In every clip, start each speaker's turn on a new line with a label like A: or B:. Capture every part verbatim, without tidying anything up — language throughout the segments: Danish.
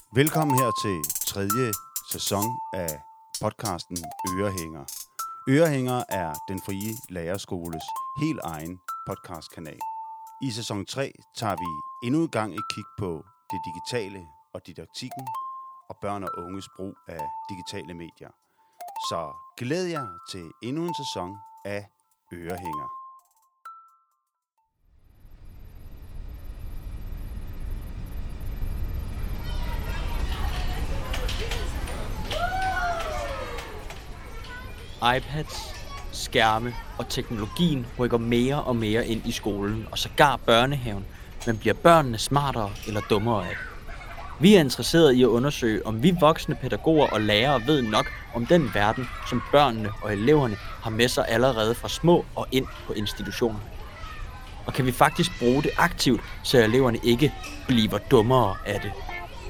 A: Velkommen her til tredje sæson af podcasten Ørehænger. Ørehænger er den frie lærerskoles helt egen podcastkanal. I sæson tre tager vi endnu en gang et kig på det digitale og didaktikken og børn og unges brug af digitale medier. Så glæd jer til endnu en sæson af Ørehænger.
B: iPads, skærme og teknologien rykker mere og mere ind i skolen, og sågar børnehaven, men bliver børnene smartere eller dummere af det? Vi er interesserede i at undersøge, om vi voksne pædagoger og lærere ved nok om den verden, som børnene og eleverne har med sig allerede fra små og ind på institutionen. Og kan vi faktisk bruge det aktivt, så eleverne ikke bliver dummere af det?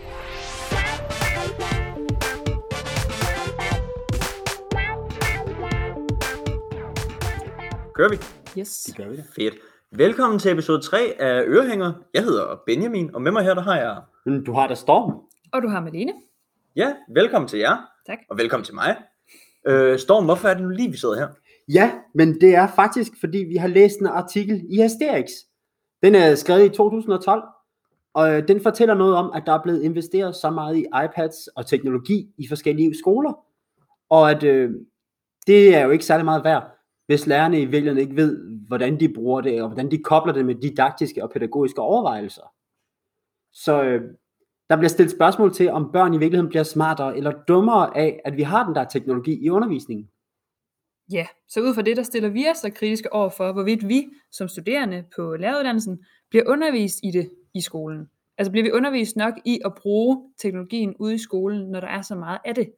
B: Kører vi?
C: Yes.
B: Det gør vi da. Fedt. Velkommen til episode tre af Ørehænger. Jeg hedder Benjamin, og med mig her, der har jeg...
D: Du har der Storm.
C: Og du har Malene.
B: Ja, velkommen til jer.
C: Tak.
B: Og velkommen til mig. Øh, Storm, hvorfor er det nu lige, vi sidder her?
D: Ja, men det er faktisk, fordi vi har læst en artikel i Asterix. Den er skrevet i to tusind og tolv, og den fortæller noget om, at der er blevet investeret så meget i iPads og teknologi i forskellige skoler, og at øh, det er jo ikke særlig meget værd, hvis lærerne i virkeligheden ikke ved, hvordan de bruger det, og hvordan de kobler det med didaktiske og pædagogiske overvejelser. Så øh, der bliver stillet spørgsmål til, om børn i virkeligheden bliver smartere eller dummere af, at vi har den der teknologi i undervisningen.
C: Ja, så ud fra det, der stiller vi os så kritiske over for, hvorvidt vi som studerende på læreruddannelsen bliver undervist i det i skolen. Altså bliver vi undervist nok i at bruge teknologien ude i skolen, når der er så meget af det?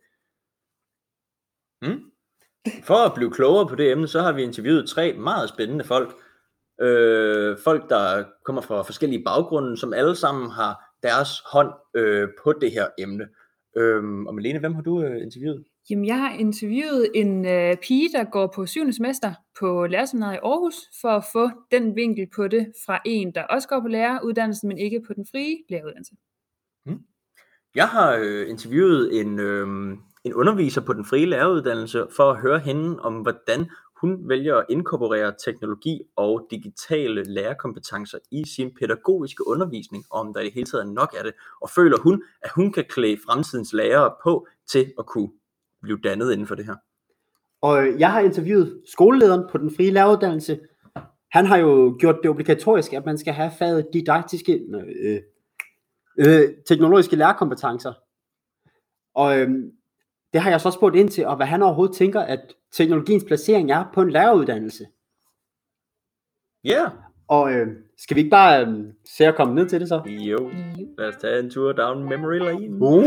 B: Mm. For at blive klogere på det emne, så har vi interviewet tre meget spændende folk. Øh, folk, der kommer fra forskellige baggrunde, som alle sammen har deres hånd øh, på det her emne. Øh, og Malene, hvem har du øh, interviewet?
C: Jamen, jeg har interviewet en øh, pige, der går på syvende semester på lærerseminariet i Aarhus, for at få den vinkel på det fra en, der også går på læreruddannelsen, men ikke på den frie læreruddannelse.
B: Mm. Jeg har øh, interviewet en... Øh, en underviser på den frie læreruddannelse, for at høre hende om, hvordan hun vælger at inkorporere teknologi og digitale lærerkompetencer i sin pædagogiske undervisning, og om der i det hele taget er nok af det, og føler hun, at hun kan klæde fremtidens lærere på til at kunne blive dannet inden for det her.
D: Og jeg har interviewet skolelederen på den frie læreruddannelse. Han har jo gjort det obligatorisk, at man skal have faget didaktiske, øh, øh, teknologiske lærerkompetencer. Og øh, det har jeg så spurgt ind til, og hvad han overhovedet tænker, at teknologiens placering er på en læreruddannelse.
B: Ja. Yeah.
D: Og øh, skal vi ikke bare øh, se at komme ned til det så?
B: Jo, lad os tage en tur down memory lane.
D: Uh!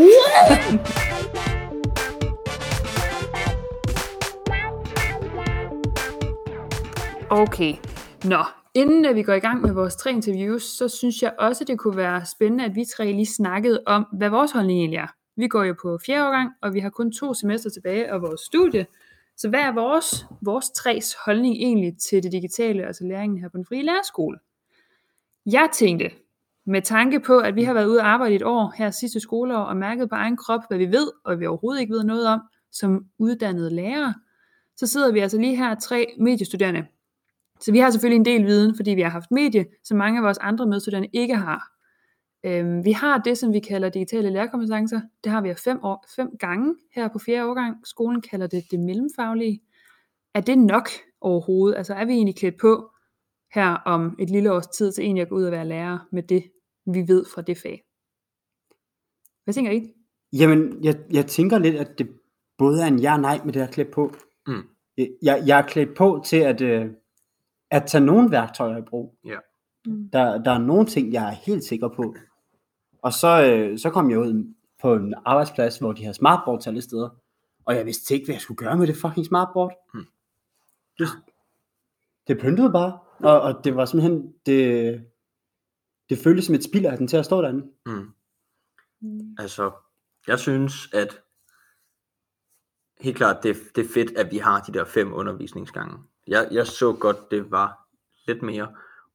C: Okay, nå, inden vi går i gang med vores tre interviews, så synes jeg også, det kunne være spændende, at vi tre lige snakkede om, hvad vores holdning egentlig er. Vi går jo på fjerde årgang, og vi har kun to semester tilbage af vores studie. Så hvad er vores, vores tres holdning egentlig til det digitale, altså læringen her på den frie lærerskole? Jeg tænkte, med tanke på, at vi har været ude og arbejde et år her sidste skoleår, og mærket på egen krop, hvad vi ved, og vi overhovedet ikke ved noget om, som uddannede lærere, så sidder vi altså lige her tre mediestuderende. Så vi har selvfølgelig en del viden, fordi vi har haft medie, som mange af vores andre medstuderende ikke har. Øhm, vi har det, som vi kalder digitale lærerkompetencer. Det har vi fem, år, fem gange her på fjerde årgang. Skolen kalder det det mellemfaglige. Er det nok overhovedet? Altså er vi egentlig klædt på her om et lille års tid til egentlig at gå ud og være lærer med det, vi ved fra det fag? Hvad tænker I?
D: Jamen, jeg, jeg tænker lidt, at det både er en ja og nej med det her klædt på.
B: Mm.
D: Jeg, jeg er klædt på til at, øh, at tage nogle værktøjer i brug.
B: Ja.
C: Mm.
D: Der, der er nogle ting, jeg er helt sikker på. Og så, øh, så kom jeg ud på en arbejdsplads, hvor de har smartboards alle steder. Og jeg vidste ikke, hvad jeg skulle gøre med det fucking smartboard.
B: Hmm.
D: Det, det pyntede bare. Og, og det var simpelthen, det, det føltes som et spild af den til at stå derinde.
B: Mm. Mm. Altså, jeg synes, at helt klart, det, det er fedt, at vi har de der fem undervisningsgange. Jeg, jeg så godt, det var lidt mere.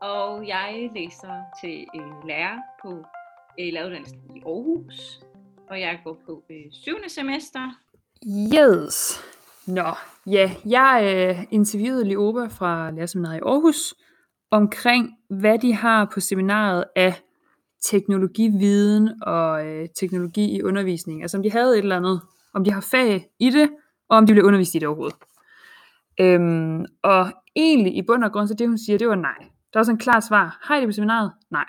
E: og jeg læser til øh, lærer på øh, læreruddannelsen i Aarhus, og jeg går på øh, syvende semester.
C: Yes. Nå, ja, jeg øh, interviewede Lioba fra Lærerseminaret i Aarhus omkring, hvad de har på seminaret af teknologividen og øh, teknologi i undervisning. Altså om de havde et eller andet, om de har fag i det, og om de blev undervist i det overhovedet. Øhm, og egentlig i bund og grund, så det hun siger, det var nej. Der var sådan et klart svar. Har I det på seminaret? Nej.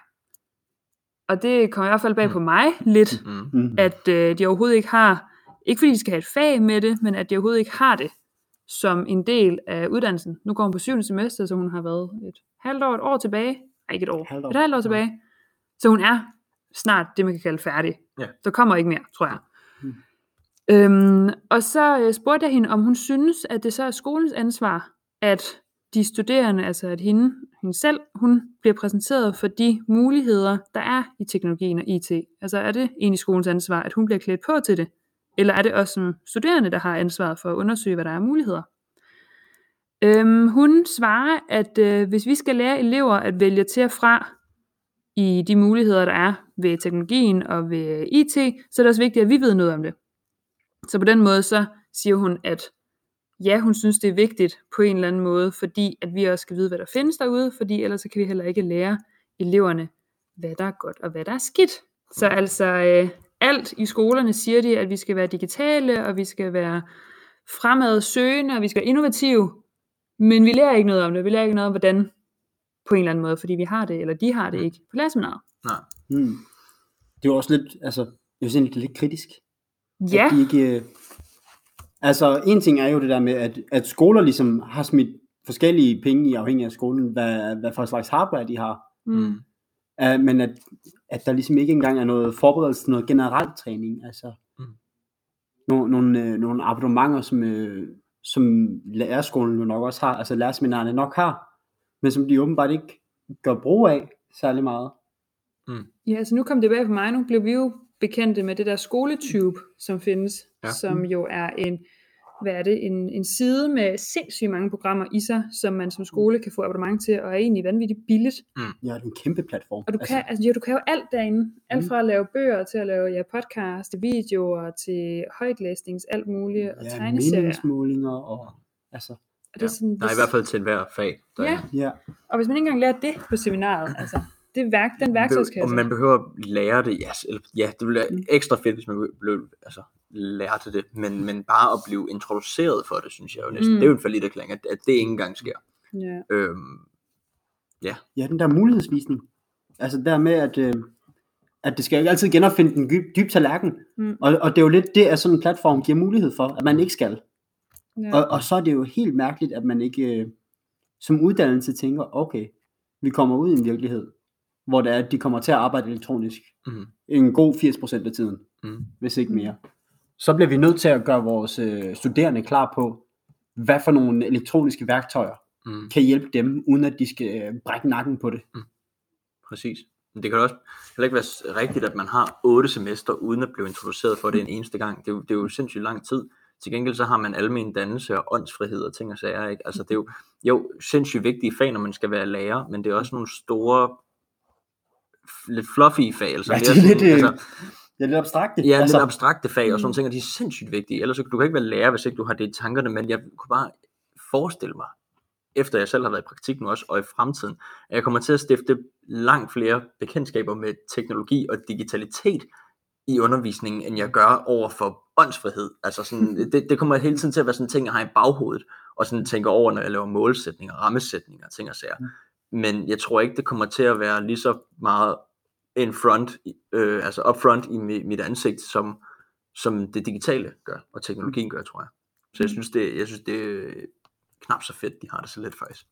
C: Og det kom i hvert fald bag på mig lidt,
B: Mm.
C: at øh, de overhovedet ikke har, ikke fordi de skal have et fag med det, men at de overhovedet ikke har det som en del af uddannelsen. Nu går hun på syvende semester, så hun har været et halvt år, et år tilbage. Nej, ikke et år.
D: Halvt år.
C: Et halvt år tilbage. Så hun er snart det, man kan kalde færdig.
B: Ja.
C: Der kommer ikke mere, tror jeg.
D: Mm.
C: Øhm, og så øh, spurgte jeg hende, om hun synes, at det så er skolens ansvar, at de studerende, altså at hende, hende selv, hun bliver præsenteret for de muligheder, der er i teknologien og I T. Altså er det egentlig skolens ansvar, at hun bliver klædt på til det? Eller er det også som studerende, der har ansvaret for at undersøge, hvad der er muligheder? Øhm, hun svarer, at øh, hvis vi skal lære elever at vælge til og fra i de muligheder, der er ved teknologien og ved I T, så er det også vigtigt, at vi ved noget om det. Så på den måde, så siger hun, at ja, hun synes, det er vigtigt på en eller anden måde, fordi at vi også skal vide, hvad der findes derude, fordi ellers så kan vi heller ikke lære eleverne, hvad der er godt og hvad der er skidt. Så altså øh, alt i skolerne siger de, at vi skal være digitale, og vi skal være fremadsøgende, og vi skal være innovative, men vi lærer ikke noget om det. Vi lærer ikke noget om, hvordan på en eller anden måde, fordi vi har det, eller de har det ikke på lærerseminaret.
B: Nej.
D: Mm. Det er jo også lidt, altså, jeg vil sige, det er lidt kritisk.
C: Ja,
D: At de ikke, øh, altså, en ting er jo det der med, at, at skoler ligesom har smidt forskellige penge i afhængig af skolen, hvad, hvad for slags hardware de har.
C: mm.
D: Uh, men at, at der ligesom ikke engang er noget forberedelse til noget generelt træning. Altså,
B: Mm.
D: nogle, nogle, øh, nogle abonnementer, som, øh, som lærerskolen jo nok også har, altså lærerseminarerne nok har, men som de åbenbart ikke gør brug af særlig meget.
C: Ja, altså nu kom det bag på mig. Nu blev vi jo bekendte med det der SkoleTube, som findes,
B: Ja.
C: ja. som jo er en, hvad er det, en, en side med sindssygt mange programmer i sig, som man som skole kan få abonnement til, og er egentlig vanvittigt billigt.
D: Ja, det er en kæmpe platform.
C: Og du kan, altså, ja, du kan jo alt derinde. Alt fra at lave bøger til at lave ja, podcast, videoer, til højtlæsnings, alt muligt, og
D: ja,
C: tegneserier.
D: meningsmålinger og altså,
C: Og det er sådan,
B: Der er i hvert fald til hver fag. Der
C: Ja,
B: er.
D: ja.
C: og hvis man ikke engang lærer det på seminaret, altså, det værk, den værktøjskasse.
B: Og man behøver at lære det, ja, eller, ja det ville være ekstra fedt, hvis man blev altså, lærte det, men, men bare at blive introduceret for det, synes jeg jo næsten,
C: Mm.
B: det er jo en forlitterklæring, at, at det ikke engang sker.
C: Ja.
B: Øhm,
D: Ja, den der mulighedsvisning. Altså der med, at, øh, at det skal ikke altid genopfinde den dyb, dyb tallerken.
C: Mm.
D: Og, og det er jo lidt det, at sådan en platform giver mulighed for, at man ikke skal.
C: Ja.
D: Og, og så er det jo helt mærkeligt, at man ikke øh, som uddannelse tænker, okay, vi kommer ud i en virkelighed, hvor det er, at de kommer til at arbejde elektronisk.
B: mm,
D: En god firs procent af tiden,
B: mm,
D: hvis ikke mere. Så bliver vi nødt til at gøre vores øh, studerende klar på, hvad for nogle elektroniske værktøjer
B: mm,
D: kan hjælpe dem, uden at de skal øh, brække nakken på det.
B: præcis. Men det kan også heller ikke være rigtigt, at man har otte semester, uden at blive introduceret for det en eneste gang. Det er jo, det er jo sindssygt lang tid. Til gengæld så har man almen dannelse og åndsfrihed og ting og sager, ikke? Altså det er jo, jo sindssygt vigtige fag, når man skal være lærer, men det er også nogle store, lidt fluffy fag. Altså,
D: Ja,
B: mere
D: det er
B: sådan,
D: lidt, øh,
B: altså,
D: Det er lidt abstrakte.
B: ja,
D: altså,
B: lidt abstrakte fag og sådan nogle ting, og de er sindssygt vigtige. Ellers så, du kan ikke være lærer, hvis ikke du har det i tankerne, men jeg kunne bare forestille mig, efter jeg selv har været i praktik nu også, og i fremtiden, at jeg kommer til at stifte langt flere bekendtskaber med teknologi og digitalitet i undervisningen, end jeg gør over for åndsfrihed. Altså sådan, det, det kommer hele tiden til at være sådan ting, jeg har i baghovedet, og sådan tænker over, når jeg laver målsætninger, rammesætninger, ting og sager. Men jeg tror ikke, det kommer til at være lige så meget in front, øh, altså up front i mit, mit ansigt, som, som det digitale gør, og teknologien gør, tror jeg. Så jeg synes, det, jeg synes, det er knap så fedt, de har det så let faktisk.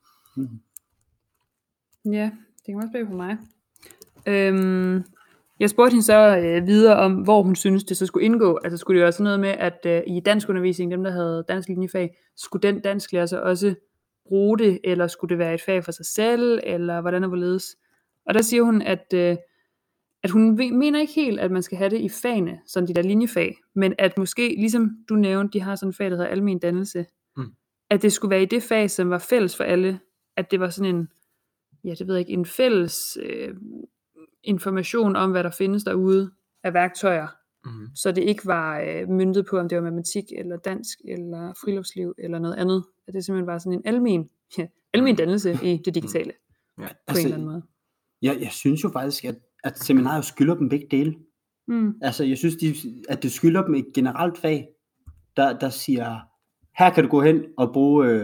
C: Ja, det kan også blive på mig. Øhm, jeg spurgte hende så øh, videre om, hvor hun synes, det så skulle indgå. Altså skulle det være sådan noget med, at øh, i danskundervisning, dem der havde dansk linjefag, skulle den dansklærer så også bruge det, eller skulle det være et fag for sig selv, eller hvordan og hvorledes. Og der siger hun, at, øh, at hun mener ikke helt, at man skal have det i fagene, sådan de der linjefag, men at måske, ligesom du nævnte, de har sådan et fag, der hedder almen dannelse,
B: Mm.
C: at det skulle være i det fag, som var fælles for alle, at det var sådan en ja, det ved jeg ikke, en fælles øh, information om, hvad der findes derude af værktøjer,
B: Mm.
C: så det ikke var øh, møntet på, om det var matematik, eller dansk, eller friluftsliv, eller noget andet. At det simpelthen var sådan en almen, ja, almen dannelse i det digitale,
B: Ja.
C: på altså, en eller anden måde.
D: Jeg, jeg synes jo faktisk, at, at seminariet skylder dem begge dele.
C: Mm.
D: Altså, jeg synes, de, at det skylder dem et generelt fag, der, der siger, her kan du gå hen og bruge øh,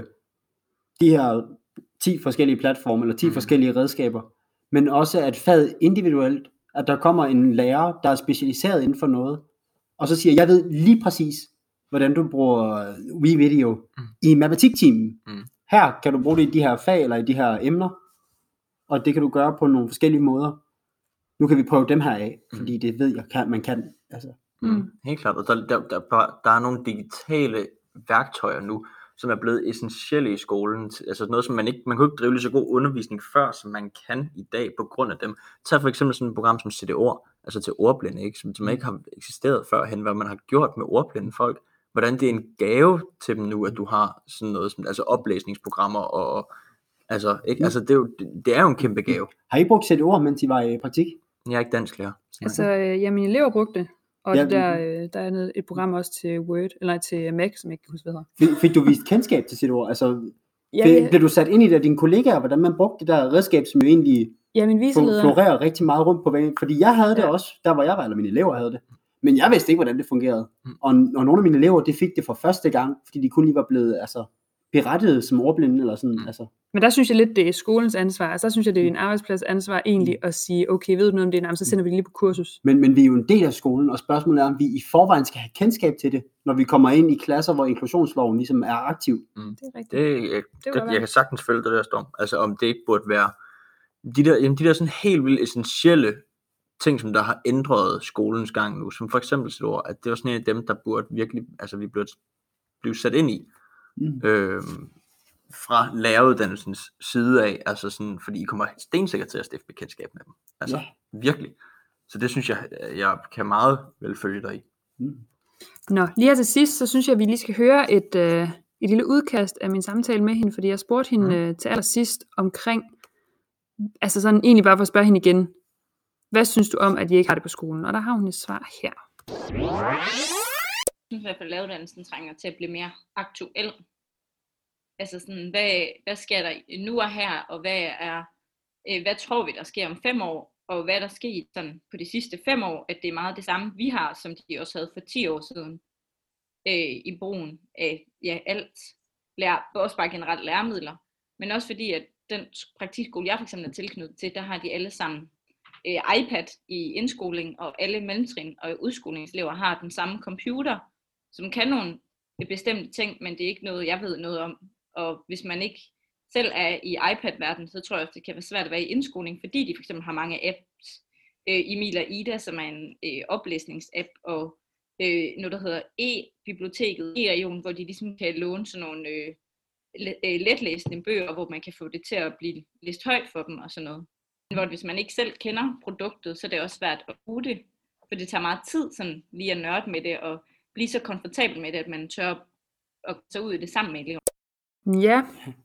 D: de her ti forskellige platforme, eller ti mm. forskellige redskaber, men også at faget individuelt, at der kommer en lærer, der er specialiseret inden for noget, og så siger, jeg ved lige præcis, hvordan du bruger WeVideo mm. i matematiktimen. Mm. Her kan du bruge det i de her fag, eller i de her emner, og det kan du gøre på nogle forskellige måder. Nu kan vi prøve dem her af, fordi mm. det ved jeg, kan, man kan. Altså.
B: Mm. Helt klart, og der, der, der, der er nogle digitale værktøjer nu, som er blevet essentielle i skolen, altså noget, som man ikke, man kunne ikke drive lige så god undervisning før, som man kan i dag på grund af dem. Tag for eksempel sådan et program som C D Ord, altså til ordblinde, ikke? Som, som ikke har eksisteret førhen, hvad man har gjort med ordblinde folk, hvordan det er en gave til dem nu, at du har sådan noget som, altså oplæsningsprogrammer, og altså, ikke? Altså det, er jo, det, det er jo en kæmpe gave.
D: Har I brugt C D Ord, mens I var i praktik?
B: Jeg er ikke dansklærer.
C: Altså, øh, ja, mine elever brugte det. Og ja, det der, øh, der er et program også til Word, eller til Mac, som jeg ikke kan huske, hvad hedder.
D: Fik, fik du vist kendskab til sit ord? Altså,
C: ja,
D: fik,
C: ja.
D: Blev du sat ind i det af dine kollegaer, hvordan man brugte det der redskab, som jo egentlig
C: ja, min viseleder
D: florerer rigtig meget rundt på vejen? Fordi jeg havde det ja. også, der hvor jeg var, eller mine elever havde det. Men jeg vidste ikke, hvordan det fungerede. Mm. Og, og nogle af mine elever, de fik det for første gang, fordi de kun lige var blevet altså, berettiget som ordblinde, eller sådan, mm. altså.
C: Men der synes jeg lidt, det er skolens ansvar. Altså der synes jeg, det er en arbejdsplads ansvar egentlig at sige, okay, ved du noget om det? Nej, så sender vi det lige på kursus.
D: Men, men vi er jo en del af skolen, og spørgsmålet er, om vi i forvejen skal have kendskab til det, når vi kommer ind i klasser, hvor inklusionsloven ligesom er aktiv.
B: Mm.
C: Det er rigtigt.
B: Det, jeg,
C: det
B: det, jeg kan sagtens følge det der storm. Altså om det ikke burde være de der, jamen, de der sådan helt vildt essentielle ting, som der har ændret skolens gang nu, som for eksempel sit ord, at det var sådan en af dem, der burde virkelig, altså vi burde blive sat ind i. Mm. Øhm, fra læreruddannelsens side af, altså sådan, fordi I kommer stensikkert til at stifte bekendtskab med dem. Altså, ja. Virkelig. Så det synes jeg, jeg kan meget vel følge dig i.
C: Mm. Nå, lige her til sidst, så synes jeg, at vi lige skal høre et, øh, et lille udkast af min samtale med hende, fordi jeg spurgte hende mm. øh, til allersidst omkring, altså sådan egentlig bare for at spørge hende igen, hvad synes du om, at I ikke har det på skolen? Og der har hun et svar her.
E: Jeg synes i hvert fald, at læreruddannelsen trænger til at blive mere aktuel. Altså sådan, hvad, hvad sker der nu og her, og hvad er, øh, hvad tror vi, der sker om fem år, og hvad der sker sådan på de sidste fem år, at det er meget det samme, vi har, som de også havde for ti år siden, øh, i brugen af ja, alt, lærer, også bare generelt læremidler, men også fordi, at den praktikskole, jeg for eksempel er tilknyttet til, der har de alle sammen øh, iPad i indskoling, og alle mellemtrin og udskolingselever har den samme computer, som kan nogle bestemte ting, men det er ikke noget, jeg ved noget om. Og hvis man ikke selv er i iPad-verdenen, så tror jeg, at det kan være svært at være i indskoling, fordi de for eksempel har mange apps. Øh, Emil og Ida, som er en øh, oplæsningsapp, og øh, noget, der hedder e-biblioteket, e-regionen, hvor de ligesom kan låne sådan nogle øh, letlæsende bøger, hvor man kan få det til at blive læst højt for dem og sådan noget. Men hvor hvis man ikke selv kender produktet, så er det også svært at bruge det, for det tager meget tid sådan, lige at nørde med det, og blive så komfortabel med det, at man tør at tage ud i det sammen med elever.
C: Ja,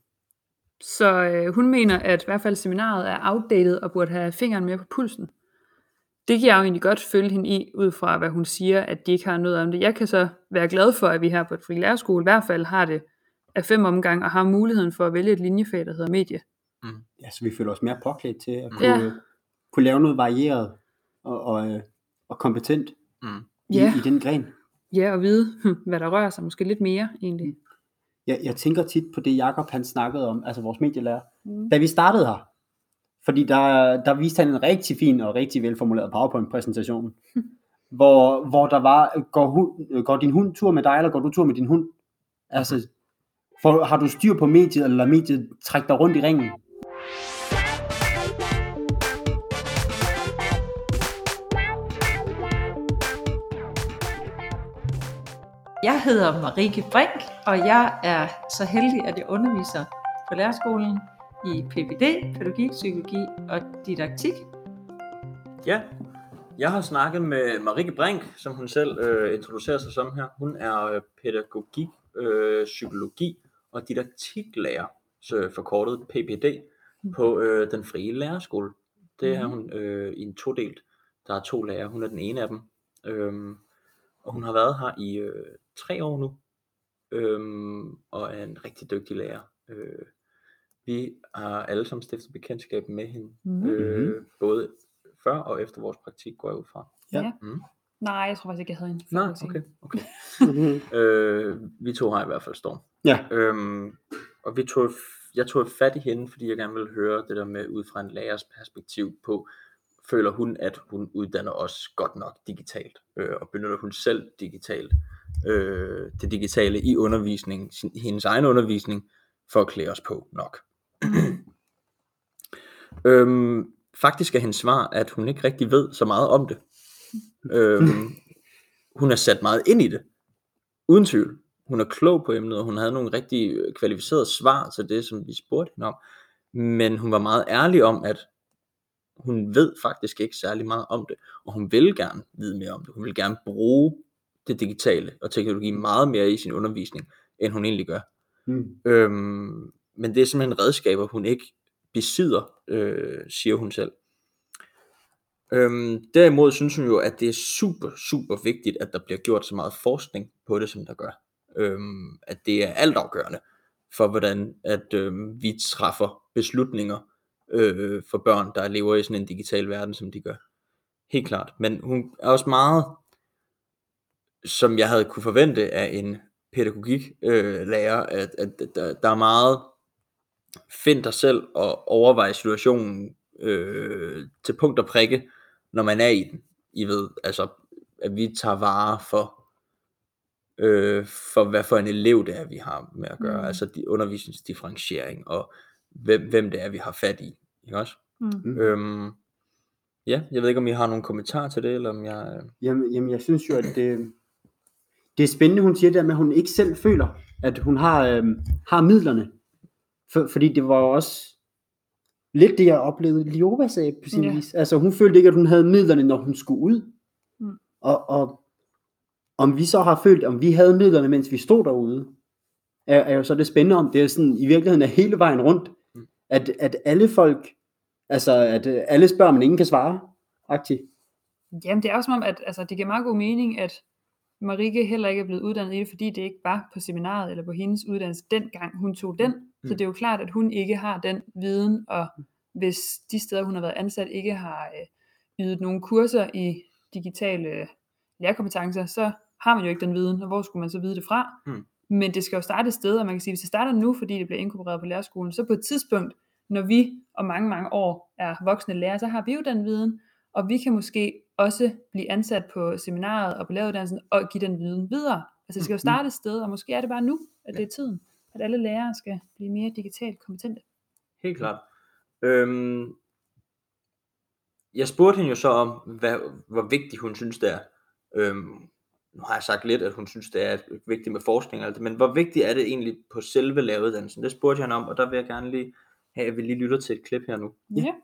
C: så øh, hun mener, at i hvert fald seminaret er outdated og burde have fingeren mere på pulsen. Det kan jeg jo egentlig godt følge hende i, ud fra hvad hun siger, at de ikke har noget om det. Jeg kan så være glad for, at vi her på et fri lærerskole i hvert fald har det af fem omgang, og har muligheden for at vælge et linjefag, der hedder medie.
D: Mm. Ja, så vi føler os mere påklædt til at kunne, ja. kunne lave noget varieret og, og, og kompetent mm. i,
C: ja.
D: i den gren.
C: Ja, og vide, hvad der rører sig måske lidt mere egentlig.
D: Jeg, jeg tænker tit på det, Jakob han snakkede om, altså vores medielærer, mm. da vi startede her. Fordi der, der viste han en rigtig fin og rigtig velformuleret PowerPoint-præsentation, mm. hvor, hvor der var, går, hund, går din hund tur med dig, eller går du tur med din hund? Altså, for, har du styr på mediet, eller mediet trækker dig rundt i ringen?
F: Jeg hedder Marike Brink, og jeg er så heldig, at jeg underviser på lærerskolen i P P D, pædagogik, psykologi og didaktik.
B: Ja, jeg har snakket med Marike Brink, som hun selv øh, introducerer sig som her. Hun er øh, pædagogik, øh, psykologi og didaktiklærer, så forkortet P P D. på øh, den frie lærerskole. Det er
C: Mhm.
B: hun øh, i en todelt. Der er to lærere, hun er den ene af dem. Øhm, og hun har været her i øh, tre år nu, øhm, og er en rigtig dygtig lærer. Øh, vi har alle sammen stiftet bekendtskab med hende,
C: Mhm.
B: øh, både før og efter vores praktik, går jeg ud fra.
D: Ja.
C: Ja.
B: Mm.
C: Nej, jeg tror faktisk ikke, jeg havde en
B: Nej,
C: praktik.
B: okay, okay.
D: Mhm.
B: øh, vi to har i hvert fald Storm.
D: Ja.
B: Øhm, og vi tog, jeg tog fat i hende, fordi jeg gerne ville høre det der med ud fra en lærers perspektiv på, føler hun, at hun uddanner os godt nok digitalt, øh, og benytter hun selv digitalt, øh, det digitale i undervisningen, sin, hendes egen undervisning, for at klæde os på nok. øhm, faktisk er hendes svar, at hun ikke rigtig ved så meget om det. øhm, hun er sat meget ind i det, uden tvivl. Hun er klog på emnet, og hun havde nogle rigtig kvalificerede svar til det, som vi spurgte hende om. Men hun var meget ærlig om, at hun ved faktisk ikke særlig meget om det, og hun vil gerne vide mere om det. Hun vil gerne bruge det digitale og teknologi meget mere i sin undervisning, end hun egentlig gør.
D: Mm.
B: Øhm, men det er simpelthen redskaber, hun ikke besidder, øh, siger hun selv. Øhm, derimod synes hun jo, at det er super, super vigtigt, at der bliver gjort så meget forskning på det, som der gør. Øhm, at det er altafgørende for, hvordan at øhm, vi træffer beslutninger øh, for børn, der lever i sådan en digital verden, som de gør. Helt klart. Men hun er også meget, som jeg havde kunne forvente af en pædagogiklærer, øh, lærer, at, at, at der, der er meget find dig selv og overvej situationen øh, til punkt og prikke, når man er i den. I ved, altså, at vi tager vare for, øh, for hvad for en elev det er, vi har med at gøre. Mm. Altså de, undervisningsdifferentiering, og hvem, hvem det er, vi har fat i. Ikke også?
C: Mm.
B: Øhm, ja, jeg ved ikke, om I har nogle kommentarer til det, eller om jeg...
D: Jamen, jamen, jeg synes jo, at det, det er spændende, hun siger der med, at hun ikke selv føler, at hun har, øh, har midlerne. For, fordi det var jo også lidt det, jeg oplevede, Lioba sagde på sin
C: Ja.
D: vis. Altså, hun følte ikke, at hun havde midlerne, når hun skulle ud.
C: Mm.
D: Og, og om vi så har følt, om vi havde midlerne, mens vi stod derude, er, er jo så det spændende om. Det er sådan, i virkeligheden er hele vejen rundt,
B: Mm.
D: at, at alle folk, altså, at øh, alle spørger, men ingen kan svare. Aktivt.
C: Jamen, det er også som om, at altså, det giver meget god mening, at Marike heller ikke er blevet uddannet i det, fordi det ikke var på seminaret eller på hendes uddannelse dengang hun tog den. Mm. Så det er jo klart, at hun ikke har den viden, og hvis de steder, hun har været ansat, ikke har øh, ydet nogle kurser i digitale lærerkompetencer, så har man jo ikke den viden, og hvor skulle man så vide det fra?
B: Mm.
C: Men det skal jo starte et sted, og man kan sige, hvis det starter nu, fordi det bliver inkorporeret på lærerskolen, så på et tidspunkt, når vi om mange, mange år er voksne lærere, så har vi jo den viden, og vi kan måske også blive ansat på seminaret og på læreruddannelsen og give den viden videre. Altså det skal jo starte et sted, og måske er det bare nu, at det er tiden, at alle lærere skal blive mere digitalt kompetente.
B: Helt klart. Øhm, jeg spurgte hende jo så om, hvad, hvor vigtigt hun synes det er. Øhm, nu har jeg sagt lidt, at hun synes det er vigtigt med forskning og alt det, men hvor vigtigt er det egentlig på selve læreruddannelsen? Det spurgte jeg hende om, og der vil jeg gerne lige have, at vi lige lytter til et klip her nu.
C: Ja.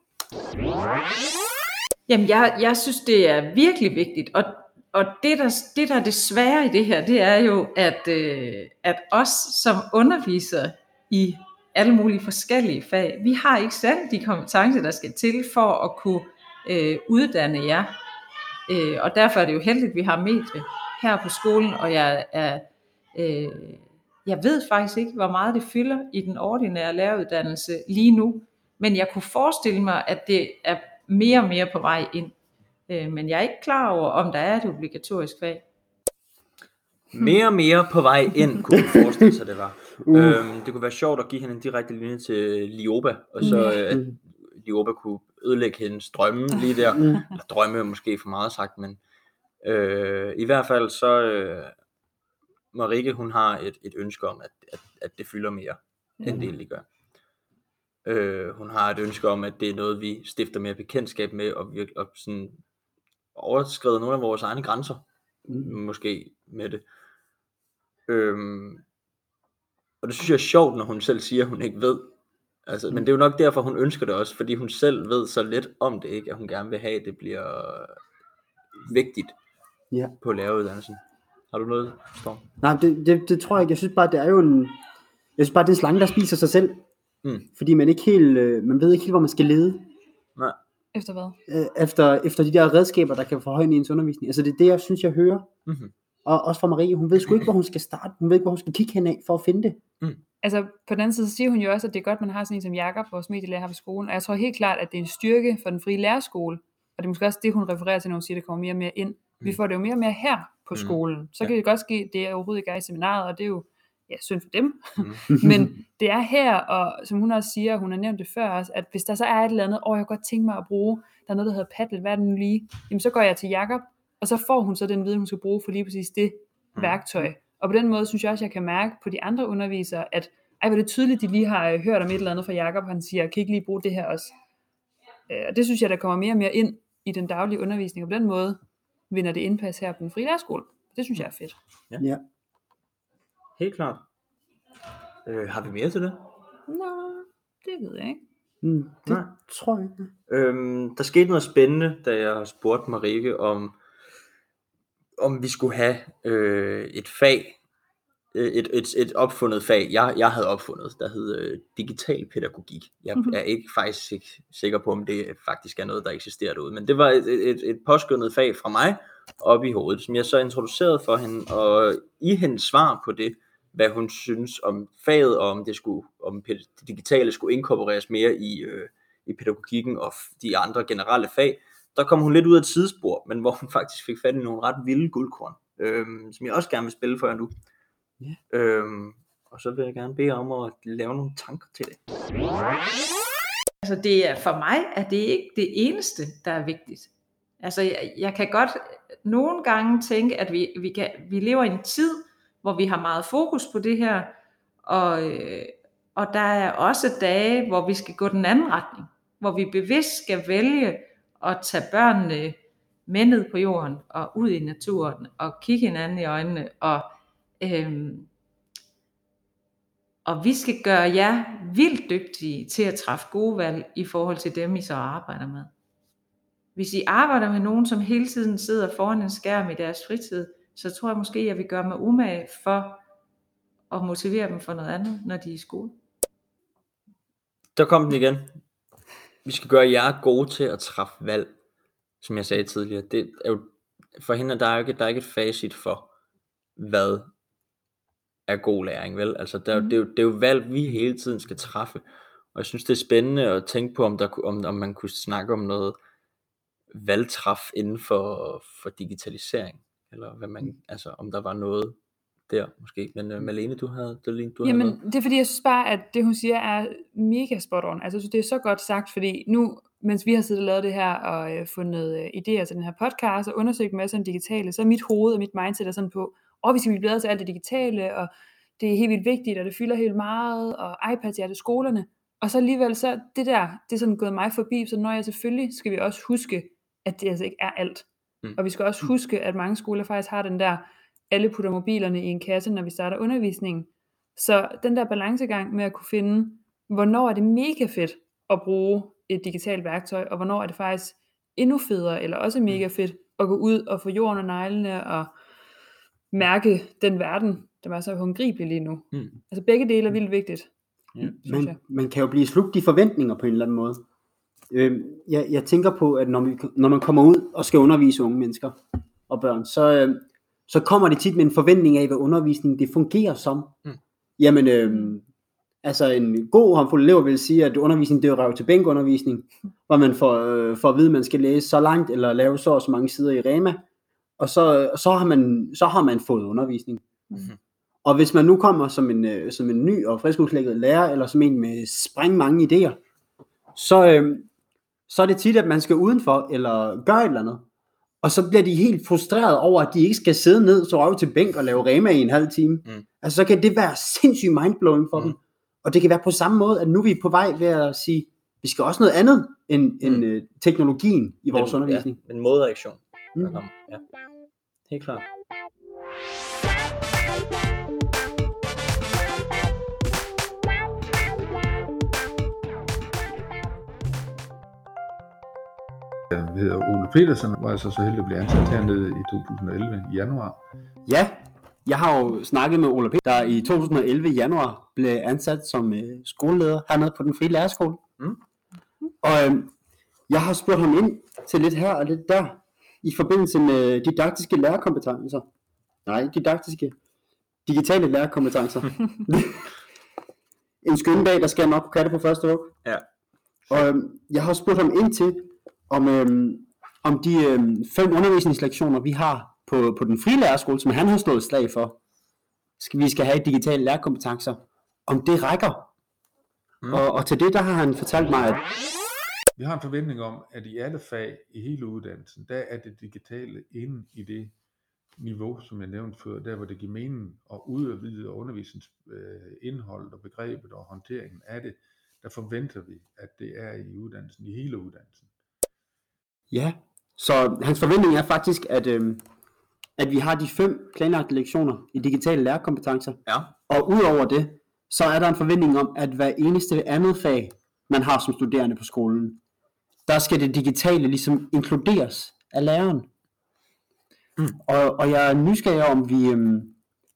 F: Jamen, jeg, jeg synes, det er virkelig vigtigt, og, og det, der, det, der er det svære i det her, det er jo, at, øh, at os som underviser i alle mulige forskellige fag, vi har ikke selv de kompetencer, der skal til for at kunne øh, uddanne jer. Øh, og derfor er det jo heldigt, at vi har medie her på skolen, og jeg er... Øh, jeg ved faktisk ikke, hvor meget det fylder i den ordinære læreruddannelse lige nu, men jeg kunne forestille mig, at det er mere og mere på vej ind. Øh, men jeg er ikke klar over, om der er et obligatorisk fag.
B: Mere og mere på vej ind, kunne man forestille sig, det var.
D: Uh.
B: Øhm, det kunne være sjovt at give hende en direkte linje til Lioba, og så øh, at Lioba kunne ødelægge hendes drømme lige der. Eller drømme er måske for meget sagt, men øh, i hvert fald så øh, Marike, hun har et, et ønske om, at, at, at det fylder mere, end det egentlig gør. Øh, hun har et ønske om, at det er noget, vi stifter mere bekendtskab med, og vi og sådan overskrider nogle af vores egne grænser, mm. måske med det. Øhm, og det synes jeg er sjovt, når hun selv siger, at hun ikke ved. Altså, mm. Men det er jo nok derfor, hun ønsker det også, fordi hun selv ved så lidt om det, ikke? At hun gerne vil have, at det bliver vigtigt
D: yeah.
B: på læreruddannelsen. Har du noget, Storm?
D: Nej, det, det, det tror jeg ikke. Jeg synes bare, det er jo en... Jeg synes bare, det er en slange, der spiser sig selv.
B: Mm.
D: Fordi man ikke helt, øh, man ved ikke helt, hvor man skal lede.
B: Nej.
C: Efter hvad?
D: Øh, efter, efter de der redskaber, der kan forhøje ens undervisning. Altså det er det, jeg synes, jeg hører.
B: Mm-hmm.
D: Og også fra Marie, hun ved sgu ikke, hvor hun skal starte. Hun ved ikke, hvor hun skal kigge hen af for at finde det.
C: Altså på den anden side, så siger hun jo også, at det er godt, man har sådan en som Jakob, vores medielærer her på skolen. Og jeg tror helt klart, at det er en styrke for den frie lærerskole. Og det er måske også det, hun refererer til, når hun siger, at det kommer mere og mere ind. Vi får det jo mere og mere her på skolen. Så kan det godt ske, det er overhovedet ikke er i seminaret, og det er jo ja, synd for dem. Men det er her, og som hun også siger, hun har nævnt det før også, at hvis der så er et eller andet, åh, jeg kan godt tænke mig at bruge, der er noget, der hedder Padlet, hvad er det nu lige? Jamen så går jeg til Jakob, og så får hun så den viden, hun skal bruge for lige præcis det mm. værktøj. Og på den måde synes jeg også, jeg kan mærke på de andre undervisere, at ej, hvor det er tydeligt, de lige har øh, hørt om et eller andet fra Jakob, han siger, kan ikke lige bruge det her også? Øh, og det synes jeg, der kommer mere og mere ind i den daglige undervisning, og på den måde vinder det indpas her på den frie lærerskole. Det synes jeg er fedt.
B: Ja.
D: Ja.
B: Helt klart. Øh, har vi mere til det?
C: Nå, det ved jeg ikke.
D: Mm, det
B: Nej.
D: tror jeg ikke.
B: Øhm, der skete noget spændende, da jeg spurgte Marike om, om vi skulle have øh, et fag, et, et, et opfundet fag, jeg, jeg havde opfundet, der hed øh, digital pædagogik. Jeg
C: Mhm.
B: er ikke faktisk ikke sikker på, om det faktisk er noget, der eksisterer derude, men det var et, et, et påskyndet fag fra mig op i hovedet, som jeg så introducerede for hende, og i hendes svar på det, hvad hun synes om faget, og om det, skulle, om det digitale skulle inkorporeres mere i, øh, i pædagogikken og de andre generelle fag, der kom hun lidt ud af et sidespor, men hvor hun faktisk fik fat i nogle ret vilde guldkorn, øhm, som jeg også gerne vil spille for jer nu.
D: Ja.
B: Øhm, og så vil jeg gerne bede om at lave nogle tanker til det.
F: Altså det er, for mig er det ikke det eneste, der er vigtigt. Altså jeg, jeg kan godt nogle gange tænke, at vi, vi, kan, vi lever i en tid, hvor vi har meget fokus på det her, og, øh, og der er også dage, hvor vi skal gå den anden retning, hvor vi bevidst skal vælge at tage børnene med ned på jorden og ud i naturen og kigge hinanden i øjnene, og, øhm, og vi skal gøre jer vildt dygtige til at træffe gode valg i forhold til dem, I så arbejder med. Hvis I arbejder med nogen, som hele tiden sidder foran en skærm i deres fritid, så tror jeg måske, at jeg vil gøre mig umage for at motivere dem for noget andet, når de er i skole.
B: Der kom den igen. Vi skal gøre jer gode til at træffe valg, som jeg sagde tidligere. Det er jo, for hende der er jo ikke, der er ikke et facit for, hvad er god læring, vel? Altså, der, mm. det, er jo, det er jo valg, vi hele tiden skal træffe. Og jeg synes, det er spændende at tænke på, om, der, om, om man kunne snakke om noget valgtræf inden for, for digitalisering. Eller hvad man, altså, om der var noget der måske. Men uh, Malene, du havde, du, du
C: Jamen,
B: havde noget.
C: det er fordi, jeg synes bare, at det hun siger er mega spot on. Altså, jeg synes, det er så godt sagt, fordi nu, mens vi har siddet og lavet det her, og øh, fundet øh, idéer til den her podcast, og undersøgt masser af digitale, så er mit hoved og mit mindset er sådan på, åh, vi skal blive bedre til alt det digitale, og det er helt vildt vigtigt, og det fylder helt meget, og iPads, ja, det er skolerne. Og så alligevel, så det der, det er sådan gået mig forbi, så når jeg selvfølgelig, skal vi også huske, at det altså ikke er alt. Mm. Og vi skal også huske, at mange skoler faktisk har den der, alle putter mobilerne i en kasse, når vi starter undervisningen. Så den der balancegang med at kunne finde, hvornår er det mega fedt at bruge et digitalt værktøj, og hvornår er det faktisk endnu federe, eller også mega fedt at gå ud og få jorden og neglene, og mærke den verden, der var så håndgribelig lige nu. Mm. Altså begge dele er vildt vigtigt.
B: Ja.
D: Man, man kan jo blive slugt i forventninger på en eller anden måde. Øh, jeg, jeg tænker på, at når, vi, når man kommer ud og skal undervise unge mennesker og børn, så, øh, så kommer det tit med en forventning af, hvad undervisningen det fungerer som. Mm. Jamen, øh, altså en god håndfuld elever vil sige, at undervisning det er røv til bænk undervisning, hvor man får, øh, får at vide, at man skal læse så langt, eller lave så og så mange sider i Rema, og så, så, har, man, så har man fået undervisning. Mm-hmm. Og hvis man nu kommer som en, øh, som en ny og friskudklækket lærer, eller som en med spring mange idéer, så, øh, så er det tit, at man skal udenfor, eller gøre et eller andet. Og så bliver de helt frustreret over, at de ikke skal sidde ned, så røve til bænk og lave Rema i en halv time. Mm. Altså så kan det være sindssygt mindblowing for mm. dem. Og det kan være på samme måde, at nu er vi på vej ved at sige, vi skal også noget andet end, mm. end øh, teknologien i vores
B: en,
D: undervisning.
B: Ja, en modreaktion.
D: Mm.
B: Ja. Helt klart.
G: Jeg hedder Ole Petersen, og var så så heldig at blive ansat hernede i to tusind og elleve i januar.
D: Ja, Jeg har jo snakket med Ole P., der i to tusind og elleve i januar blev ansat som øh, skoleleder hernede på den frie lærerskole.
B: Mm.
D: Og øh, jeg har spurgt ham ind til lidt her og lidt der, i forbindelse med didaktiske lærerkompetencer. Nej, didaktiske, digitale lærerkompetencer. En skøn dag, der skal jeg nok kunne katte på første hug.
B: Ja.
D: Og øh, jeg har spurgt ham ind til, om, øh, om de øh, fem undervisningslektioner, vi har på, på den frie lærerskole, som han har slået slag for, skal, vi skal have digitale lærerkompetencer, om det rækker. Mm. Og, og til det, der har han fortalt mig, at
G: vi har en forventning om, at i alle fag i hele uddannelsen, der er det digitale inde i det niveau, som jeg nævnte før, der hvor det giver mening at udvide undervisningsindholdet og begrebet og håndteringen af det, der forventer vi, at det er i uddannelsen, i hele uddannelsen.
D: Ja, så hans forventning er faktisk, at, øh, at vi har de fem planlagte lektioner i digitale lærerkompetencer.
B: Ja.
D: Og udover det, så er der en forventning om, at hver eneste andet fag, man har som studerende på skolen, der skal det digitale ligesom inkluderes af læreren. Mm. Og, og jeg er nysgerrig om, vi, øhm,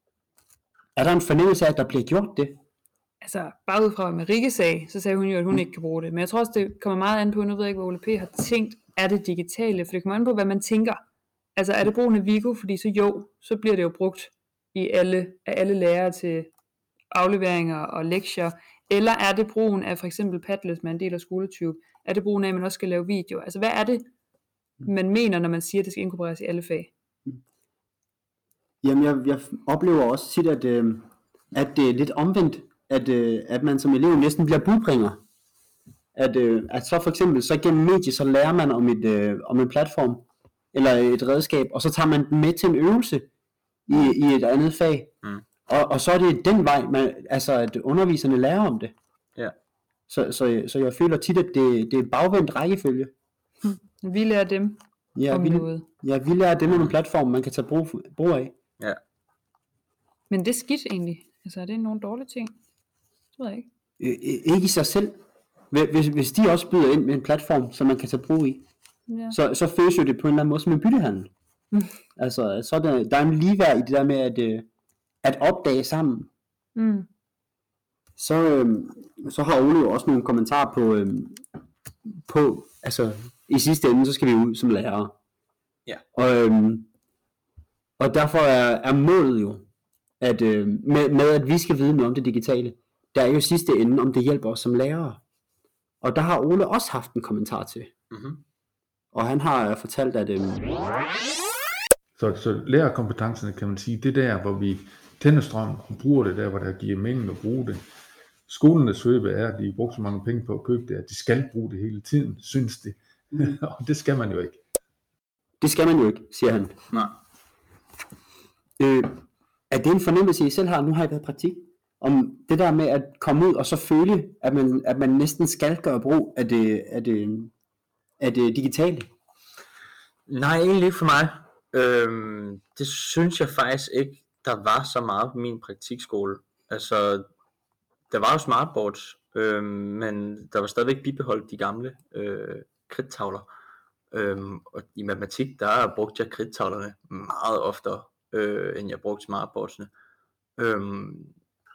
D: er der en fornemmelse af, at der bliver gjort det?
C: Altså, bare ud fra hvad Marike sagde, så sagde hun jo, at hun ikke kan bruge det. Men jeg tror også, det kommer meget an på, nu ved jeg ikke, hvad Ole P. har tænkt, er det digitale? For det kommer an på, hvad man tænker. Altså, er det brugen af Vigo? Fordi så jo, så bliver det jo brugt i alle, af alle lærere til afleveringer og lektier. Eller er det brugen af for eksempel Padlet, man er en del af SkoleTube? Er det brugen af, at man også skal lave video? Altså, hvad er det, man mener, når man siger, at det skal inkorporeres i alle fag?
D: Jamen, jeg, jeg oplever også tit, at, øh, at det er lidt omvendt, at, øh, at man som elev næsten bliver budbringer. At, øh, at så for eksempel, så gennem medie, så lærer man om, et, øh, om en platform, eller et redskab, og så tager man den med til en øvelse i, i et andet fag. Mm. Og, og så er det den vej, man, altså at underviserne lærer om det.
B: Ja.
D: Så, så, så jeg føler tit, at det, det er bagvendt rækkefølge.
C: Vi lærer dem
D: ja,
C: om
D: vi,
C: noget.
D: Ja, vi lærer dem om en platform, man kan tage brug, brug af.
B: Ja.
C: Men det er skidt egentlig. Altså er det nogle dårlige ting? Det ved jeg ikke.
D: Øh, ikke i sig selv. Hvis, hvis de også byder ind med en platform, som man kan tage brug i, ja. så, så føles jo det på en eller anden måde som en byttehandel. Mm. Altså, så er der, der er en ligeværd i det der med at, at opdage sammen.
C: Mm.
D: Så, øhm, så har Ole jo også nogle kommentarer på, øhm, på, altså i sidste ende, så skal vi ud som lærere.
B: Ja.
D: Og, øhm, og derfor er, er målet jo, at øh, med, med at vi skal vide noget om det digitale, der er jo i sidste ende, om det hjælper os som lærere. Og der har Ole også haft en kommentar til. Mm-hmm. Og han har fortalt, at... Øhm...
G: Så, så lærerkompetencerne, kan man sige, det der, hvor vi tænder strøm og bruger det der, hvor der giver mening at bruge det. Skolernes svøbe er, at de bruger så mange penge på at købe det, at de skal bruge det hele tiden, synes de. Mm. Og det skal man jo ikke.
D: Det skal man jo ikke, siger han.
B: Nej.
D: Øh, er det en fornemmelse, I selv har? Nu har I været i praktik. Om det der med at komme ud og så føle, at man, at man næsten skal gøre brug af det, af det, af det digitale?
B: Nej, egentlig ikke for mig. Øhm, det synes jeg faktisk ikke, der var så meget på min praktikskole. Altså, der var jo smartboards, øhm, men der var stadigvæk bibeholdt de gamle øh, kridttavler. Øhm, og i matematik, der brugte jeg kridttavlerne meget oftere, øh, end jeg brugte smartboardsene. Øhm,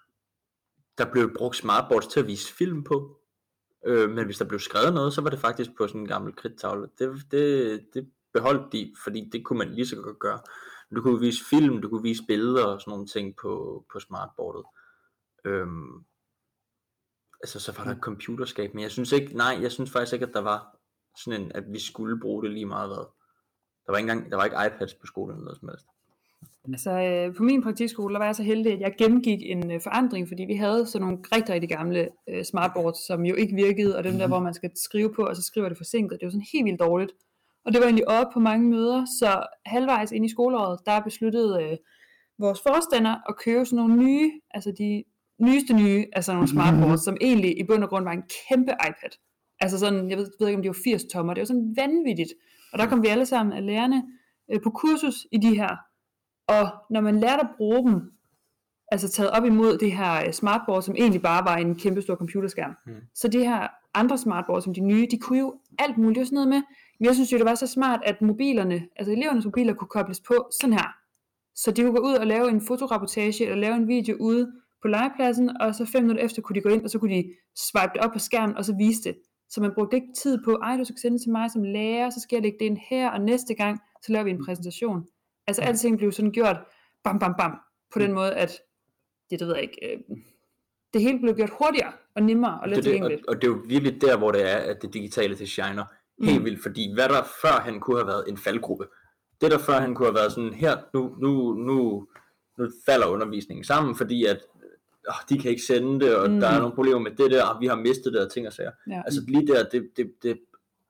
B: der blev brugt smartboards til at vise film på, øh, men hvis der blev skrevet noget, så var det faktisk på sådan en gammel kridttavle. Det, det, det beholdt de, fordi det kunne man lige så godt gøre. Du kunne vise film, du kunne vise billeder og sådan nogle ting på, på smartboardet. Øhm, altså så var der et computerskab, men jeg synes ikke, nej, jeg synes faktisk ikke, at der var sådan en, at vi skulle bruge det lige meget hvad. Der var ikke engang, der var ikke iPads på skolen eller noget som helst.
C: Altså øh, på min praktikskole, der var jeg så heldig, at jeg gennemgik en øh, forandring, fordi vi havde sådan nogle rigtig, rigtig gamle øh, smartboards, som jo ikke virkede, og dem der, hvor man skal skrive på, og så skriver det forsinket, det var sådan helt vildt dårligt. Og det var egentlig op på mange møder, så halvvejs ind i skoleåret, der besluttede øh, vores forstander at købe sådan nogle nye, altså de nyeste nye, altså nogle smartboards, som egentlig i bund og grund var en kæmpe iPad. Altså sådan, jeg ved, ved ikke om de var firs tommer, det var sådan vanvittigt. Og der kom vi alle sammen af lærerne øh, på kursus i de her. Og når man lærte at bruge dem, altså taget op imod det her smartboard, som egentlig bare var en kæmpe stor computerskærm, mm. så de her andre smartboards, som de nye, de kunne jo alt muligt. Det var sådan noget med, men jeg synes jo, det var så smart, at mobilerne, altså elevernes mobiler kunne kobles på sådan her. Så de kunne gå ud og lave en fotorapportage, eller lave en video ude på legepladsen, og så fem minutter efter kunne de gå ind, og så kunne de swipe det op på skærmen, og så vise det. Så man brugte ikke tid på, ej, du skal sende det til mig som lærer, så skal jeg lægge det ind her, og næste gang, så laver vi en præsentation. Altså alting blev sådan gjort, bam, bam, bam, på den måde, at, det, det ved jeg ikke, øh, det hele blev gjort hurtigere og nemmere og let tilgængeligt.
B: Og, og det er jo virkelig der, hvor det er, at det digitale det shiner helt mm. vildt, fordi hvad der før han kunne have været en faldgruppe, det der før han kunne have været sådan, her, nu, nu, nu, nu falder undervisningen sammen, fordi at åh, de kan ikke sende det, og mm. der er nogle problemer med det der, og vi har mistet det, og ting og sager. Ja. Altså lige der, det, det, det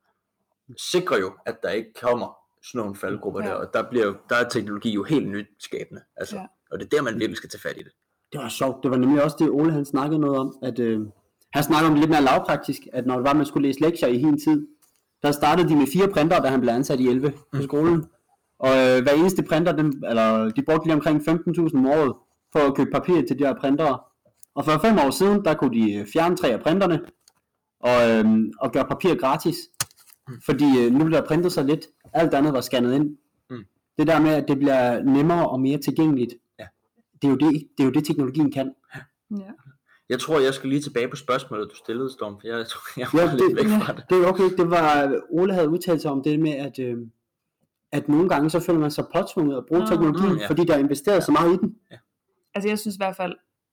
B: sikrer jo, at der ikke kommer sådan nogle faldgrupper ja. der, og der, bliver jo, der er teknologi jo helt nyt skabende, altså, ja. og det er der, man virkelig skal tage fat i det.
D: Det var sjovt, det var nemlig også det, Ole han snakkede noget om, at øh, han snakkede om det lidt mere lavpraktisk, at når det var, man skulle læse lektier i hin tid, der startede de med fire printere, da han blev ansat i elleve på skolen, og øh, hver eneste printer, dem, eller de brugte lige omkring femten tusind om året, for at købe papir til de her printere. Og for fem år siden, der kunne de fjerne tre af printerne, og, øhm, og gøre papir gratis. Fordi øh, nu bliver der printet så lidt, alt andet var scannet ind. Mm. Det der med, at det bliver nemmere og mere tilgængeligt, ja. det, er jo det, det er jo det, teknologien kan.
C: Ja.
B: Jeg tror, jeg skal lige tilbage på spørgsmålet, du stillede, Storm, for jeg tror, jeg var
D: ja,
B: lidt
D: det,
B: væk fra det.
D: Det er okay, det var, Ole havde udtalt sig om det med, at, øh, at nogle gange så føler man sig påtvunget at bruge mm. teknologien, mm, ja. fordi der er investeret ja. så meget i den.
C: Ja. Altså jeg synes i hvert fald,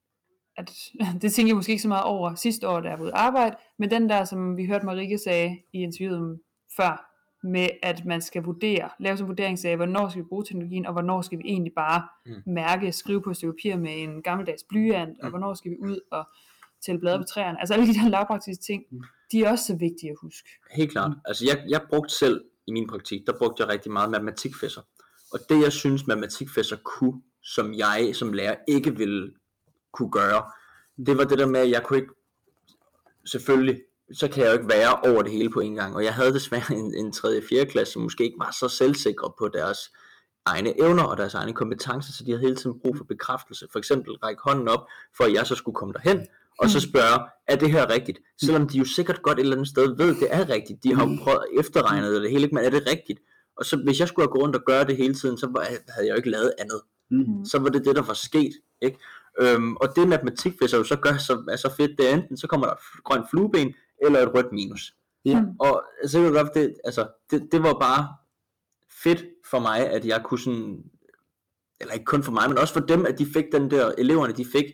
C: at det tænker jeg måske ikke så meget over sidste år, da jeg var ude at arbejde, men den der, som vi hørte Marike sagde i interviewet før, med at man skal vurdere, lave sådan en vurdering af, hvornår skal vi bruge teknologien, og hvornår skal vi egentlig bare mm. mærke, skrive på et stykke papir med en gammeldags blyant, mm. og hvornår skal vi ud og tælle blade på træerne. Altså alle de der lavpraktiske ting, de er også så vigtige at huske.
B: Helt klart. Altså jeg, jeg brugte selv i min praktik, der brugte jeg rigtig meget matematikfæsser. Og det jeg synes matematikfæsser kunne, som jeg som lærer ikke ville kunne gøre, det var det der med, at jeg kunne ikke, selvfølgelig, så kan jeg jo ikke være over det hele på en gang, og jeg havde desværre en, en tredje og fjerde klasse, som måske ikke var så selvsikre på deres egne evner og deres egne kompetencer, så de havde hele tiden brug for bekræftelse. For eksempel række hånden op, for at jeg så skulle komme derhen, og så spørge, er det her rigtigt? Selvom de jo sikkert godt et eller andet sted ved, det er rigtigt. De har jo prøvet at efterregne det hele, men er det rigtigt? Og så hvis jeg skulle have gået rundt og gøre det hele tiden, så var, havde jeg jo ikke lavet andet. Mm. Så var det det, der var sket, ikke? Øhm, og det matematikfæsser jo så gør, så er så fedt, det er enten, så kommer der grønt flueben, eller et rødt minus.
D: Ja.
B: Og altså, det, altså, det, det var bare fedt for mig, at jeg kunne sådan, eller ikke kun for mig, men også for dem, at de fik den der, eleverne, de fik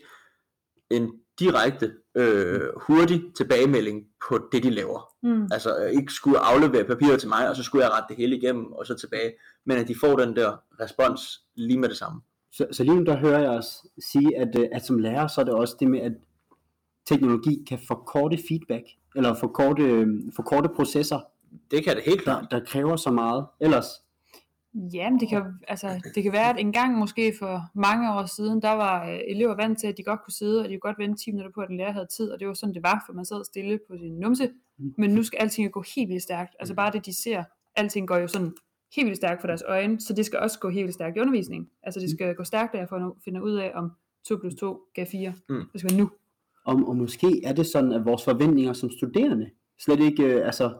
B: en direkte, øh, hurtig tilbagemelding på det, de laver. Mm. Altså ikke skulle aflevere papirer til mig, og så skulle jeg rette det hele igennem, og så tilbage, men at de får den der respons lige med det samme.
D: Så, så lige nu der hører jeg os sige, at, at som lærer, så er det også det med, at teknologi kan forkorte feedback, eller forkorte, forkorte processer.
B: Det kan det helt klart.
D: Der, der kræver så meget. Ellers?
C: Jamen, det kan, altså, det kan være, at en gang måske for mange år siden, der var øh, elever vant til, at de godt kunne sidde, og de kunne godt vente ti minutter på, at den lærer havde tid, og det var sådan, det var, for man sad stille på sin numse. Mm. Men nu skal alting gå helt vildt stærkt. Altså bare det, de ser, alting går jo sådan helt vildt stærkt for deres øjne, så det skal også gå helt vildt stærkt i undervisningen. Altså det skal gå stærkt, der for at finde ud af, om to plus to gav fire. Mm. Det skal være nu.
D: Og, og måske er det sådan, at vores forventninger som studerende slet ikke, øh, altså,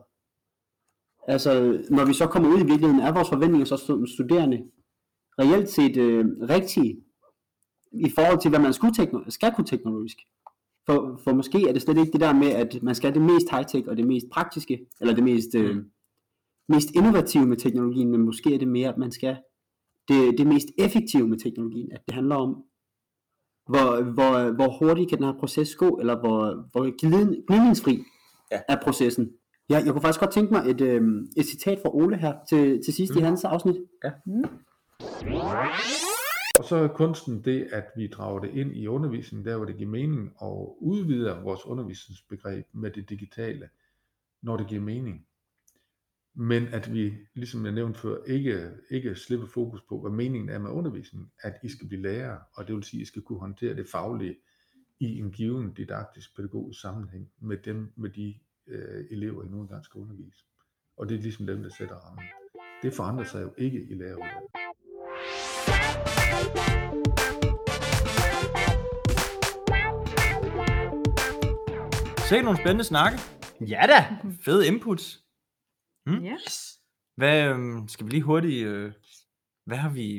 D: altså når vi så kommer ud i virkeligheden, er vores forventninger så som studerende reelt set øh, rigtige i forhold til, hvad man skulle tekno- skal kunne teknologisk. For, for måske er det slet ikke det der med, at man skal det mest high-tech og det mest praktiske, eller det mest, øh, mm. mest innovative med teknologien, men måske er det mere, at man skal det, det mest effektive med teknologien, at det handler om, Hvor, hvor, hvor hurtigt kan den her proces gå, eller hvor, hvor glidningsfri ja. er processen. Ja, jeg kunne faktisk godt tænke mig et, øh, et citat fra Ole her til, til sidst mm. i hans afsnit.
B: Ja.
C: Mm.
G: Og så er kunsten det, at vi drager det ind i undervisningen, der hvor det giver mening, og udvider vores undervisningsbegreb med det digitale, når det giver mening. Men at vi, ligesom jeg nævnte før, ikke, ikke slipper fokus på, hvad meningen er med undervisningen, at I skal blive lærere, og det vil sige, at I skal kunne håndtere det faglige i en given didaktisk pædagogisk sammenhæng med, dem, med de øh, elever, I nu engang skal undervise. Og det er ligesom dem, der sætter rammen. Det forandrer sig jo ikke i læreruddannelsen.
B: Se nogle spændende snakke.
H: Ja da.
B: Fede inputs.
C: Mm? Yes.
B: Hvad, øh, skal vi lige hurtigt, øh, hvad har vi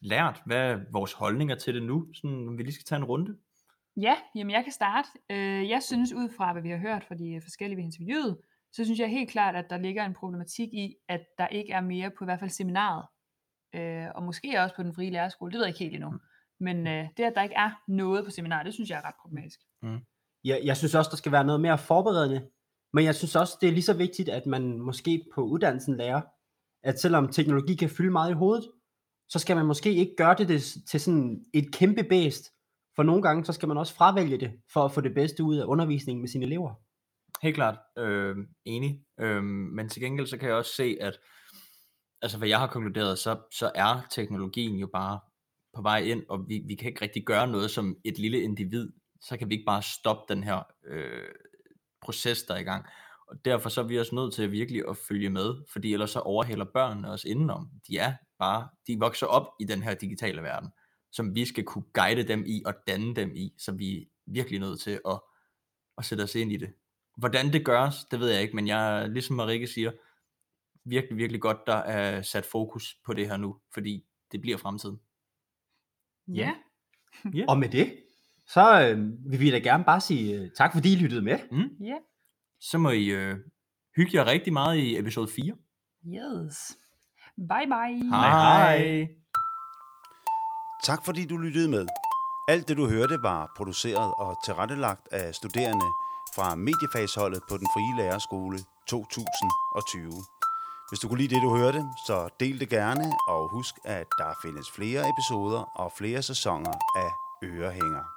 B: lært? Hvad er vores holdninger til det nu? Sådan, om vi lige skal tage en runde.
C: Ja, jamen jeg kan starte. Øh, Jeg synes ud fra, hvad vi har hørt fra de forskellige, vi har interviewet, så synes jeg helt klart, at der ligger en problematik i, at der ikke er mere på i hvert fald seminaret, øh, og måske også på den frie lærerskole, det ved jeg ikke helt endnu. Men øh, det, at der ikke er noget på seminaret, det synes jeg er ret problematisk.
D: Jeg, jeg synes også, der skal være noget mere forberedende, men jeg synes også, det er lige så vigtigt, at man måske på uddannelsen lærer, at selvom teknologi kan fylde meget i hovedet, så skal man måske ikke gøre det til sådan et kæmpe bæst, for nogle gange, så skal man også fravælge det, for at få det bedste ud af undervisningen med sine elever.
B: Helt klart, øh, enig. Øh, men til gengæld så kan jeg også se, at altså hvad jeg har konkluderet, så, så er teknologien jo bare på vej ind, og vi, vi kan ikke rigtig gøre noget som et lille individ. Så kan vi ikke bare stoppe den her øh, proces, der er i gang. Og derfor så er vi også nødt til virkelig at følge med, fordi ellers så overhælder børnene os indenom. De er bare, de vokser op i den her digitale verden, som vi skal kunne guide dem i og danne dem i, så vi er virkelig nødt til at, at sætte os ind i det. Hvordan det gøres, det ved jeg ikke, men jeg, ligesom Marike siger, virkelig, virkelig godt, der er sat fokus på det her nu, fordi det bliver fremtiden.
C: Ja.
B: Ja.
D: Og med det, så øh, vil vi da gerne bare sige øh, tak, fordi I lyttede med.
B: Mm.
C: Ja.
B: Så må I øh, hygge jer rigtig meget i episode fire.
C: Yes. Bye bye.
B: Hej. Hej.
A: Tak fordi du lyttede med. Alt det du hørte var produceret og tilrettelagt af studerende fra mediefagsholdet på Den Frie Lærerskole to tusind og tyve. Hvis du kunne lide det du hørte, så del det gerne, og husk at der findes flere episoder og flere sæsoner af Ørehænger.